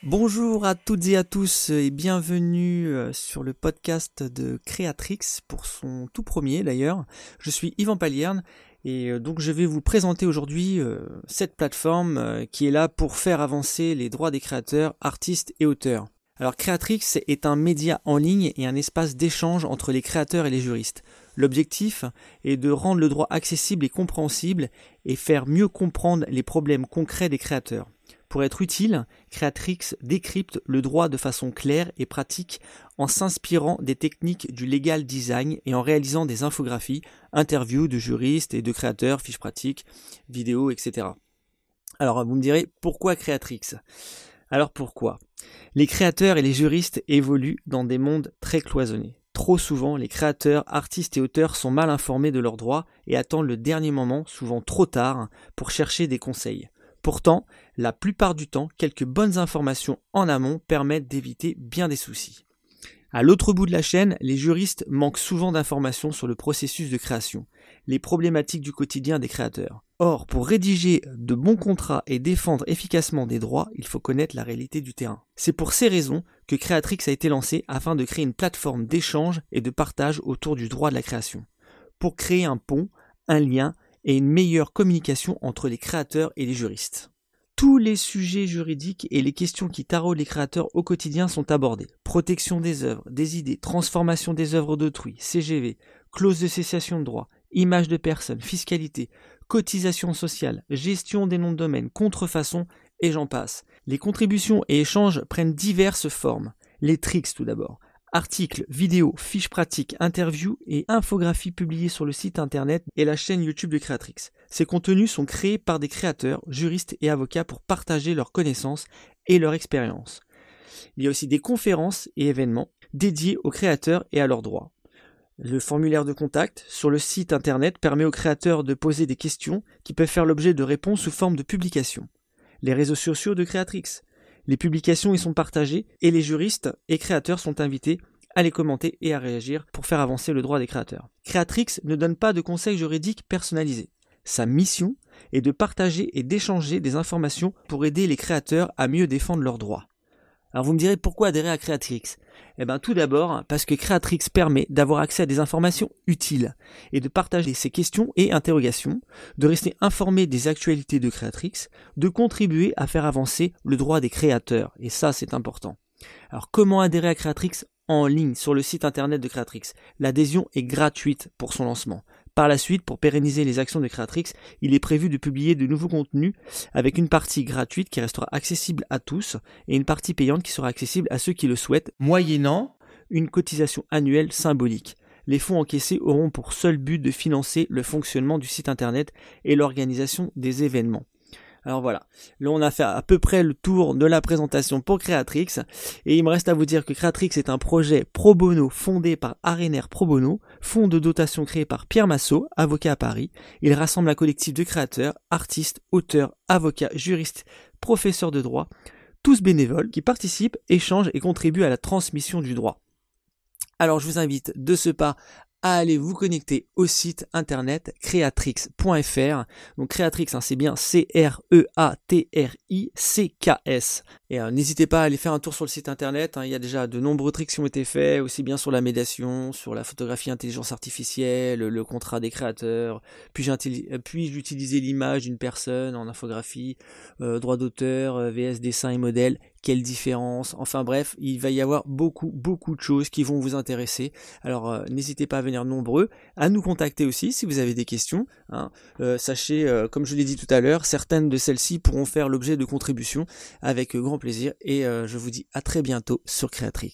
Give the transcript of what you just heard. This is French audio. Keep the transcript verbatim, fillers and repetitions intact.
Bonjour à toutes et à tous et bienvenue sur le podcast de Créatrix pour son tout premier d'ailleurs. Je suis Yvan Palierne et donc je vais vous présenter aujourd'hui cette plateforme qui est là pour faire avancer les droits des créateurs, artistes et auteurs. Alors Créatrix est un média en ligne et un espace d'échange entre les créateurs et les juristes. L'objectif est de rendre le droit accessible et compréhensible et faire mieux comprendre les problèmes concrets des créateurs. Pour être utile, Créatrix décrypte le droit de façon claire et pratique en s'inspirant des techniques du legal design et en réalisant des infographies, interviews de juristes et de créateurs, fiches pratiques, vidéos, et cetera. Alors vous me direz, pourquoi Créatrix ? Alors pourquoi ? Les créateurs et les juristes évoluent dans des mondes très cloisonnés. Trop souvent, les créateurs, artistes et auteurs sont mal informés de leurs droits et attendent le dernier moment, souvent trop tard, pour chercher des conseils. Pourtant, la plupart du temps, quelques bonnes informations en amont permettent d'éviter bien des soucis. À l'autre bout de la chaîne, les juristes manquent souvent d'informations sur le processus de création, les problématiques du quotidien des créateurs. Or, pour rédiger de bons contrats et défendre efficacement des droits, il faut connaître la réalité du terrain. C'est pour ces raisons que Créatrix a été lancé afin de créer une plateforme d'échange et de partage autour du droit de la création, pour créer un pont, un lien et une meilleure communication entre les créateurs et les juristes. Tous les sujets juridiques et les questions qui taraudent les créateurs au quotidien sont abordés. Protection des œuvres, des idées, transformation des œuvres d'autrui, C G V, clause de cessation de droit, image de personne, fiscalité, cotisation sociale, gestion des noms de domaine, contrefaçon et j'en passe. Les contributions et échanges prennent diverses formes. Les tricks tout d'abord. Articles, vidéos, fiches pratiques, interviews et infographies publiées sur le site internet et la chaîne YouTube de Créatrix. Ces contenus sont créés par des créateurs, juristes et avocats pour partager leurs connaissances et leur expérience. Il y a aussi des conférences et événements dédiés aux créateurs et à leurs droits. Le formulaire de contact sur le site internet permet aux créateurs de poser des questions qui peuvent faire l'objet de réponses sous forme de publications. Les réseaux sociaux de Créatrix. Les publications y sont partagées et les juristes et créateurs sont invités à les commenter et à réagir pour faire avancer le droit des créateurs. Créatrix ne donne pas de conseils juridiques personnalisés. Sa mission est de partager et d'échanger des informations pour aider les créateurs à mieux défendre leurs droits. Alors vous me direz pourquoi adhérer à Créatrix ? Eh bien tout d'abord parce que Créatrix permet d'avoir accès à des informations utiles et de partager ses questions et interrogations, de rester informé des actualités de Créatrix, de contribuer à faire avancer le droit des créateurs. Et ça c'est important. Alors comment adhérer à Créatrix ? En ligne sur le site internet de Créatrix. L'adhésion est gratuite pour son lancement. Par la suite, pour pérenniser les actions de Créatrix, il est prévu de publier de nouveaux contenus avec une partie gratuite qui restera accessible à tous et une partie payante qui sera accessible à ceux qui le souhaitent, moyennant une cotisation annuelle symbolique. Les fonds encaissés auront pour seul but de financer le fonctionnement du site internet et l'organisation des événements. Alors voilà, là on a fait à peu près le tour de la présentation pour Créatrix et il me reste à vous dire que Créatrix est un projet pro bono fondé par Arener Pro Bono, fonds de dotation créé par Pierre Massot, avocat à Paris. Il rassemble un collectif de créateurs, artistes, auteurs, avocats, juristes, professeurs de droit, tous bénévoles qui participent, échangent et contribuent à la transmission du droit. Alors je vous invite de ce pas à aller vous connecter au site internet créatrix point f r. Donc Créatrix, hein, c'est bien C R E A T R I C K S. Et euh, n'hésitez pas à aller faire un tour sur le site internet, hein, il y a déjà de nombreux tricks qui ont été faits, aussi bien sur la médiation, sur la photographie intelligence artificielle, le, le contrat des créateurs, puis-je, intelli- puis-je utiliser l'image d'une personne en infographie, euh, droit d'auteur, euh, V S dessin et modèle, quelle différence, enfin bref, il va y avoir beaucoup, beaucoup de choses qui vont vous intéresser. Alors euh, n'hésitez pas à venir nombreux, à nous contacter aussi si vous avez des questions. Hein. Euh, sachez, euh, comme je l'ai dit tout à l'heure, certaines de celles-ci pourront faire l'objet de contributions avec euh, grand plaisir et euh, je vous dis à très bientôt sur Créatrix.